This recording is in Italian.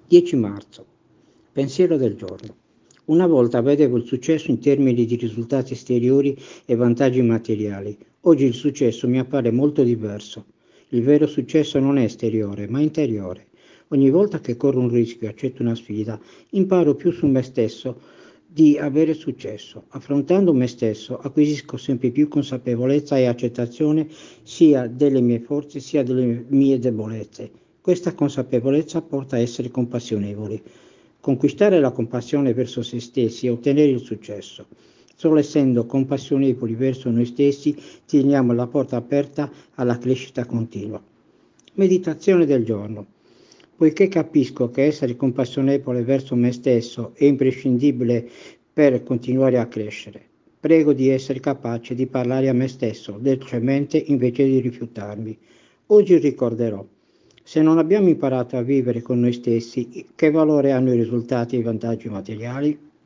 10 marzo. Pensiero del giorno. Una volta vedevo il successo in termini di risultati esteriori e vantaggi materiali. Oggi il successo mi appare molto diverso. Il vero successo non è esteriore, ma interiore. Ogni volta che corro un rischio e accetto una sfida, imparo più su me stesso di avere successo. Affrontando me stesso, acquisisco sempre più consapevolezza e accettazione sia delle mie forze sia delle mie debolezze. Questa consapevolezza porta a essere compassionevoli. Conquistare la compassione verso se stessi e ottenere il successo. Solo essendo compassionevoli verso noi stessi teniamo la porta aperta alla crescita continua. Meditazione del giorno. Poiché capisco che essere compassionevole verso me stesso è imprescindibile per continuare a crescere, prego di essere capace di parlare a me stesso dolcemente invece di rifiutarmi. Oggi ricorderò: se non abbiamo imparato a vivere con noi stessi, che valore hanno i risultati e i vantaggi materiali?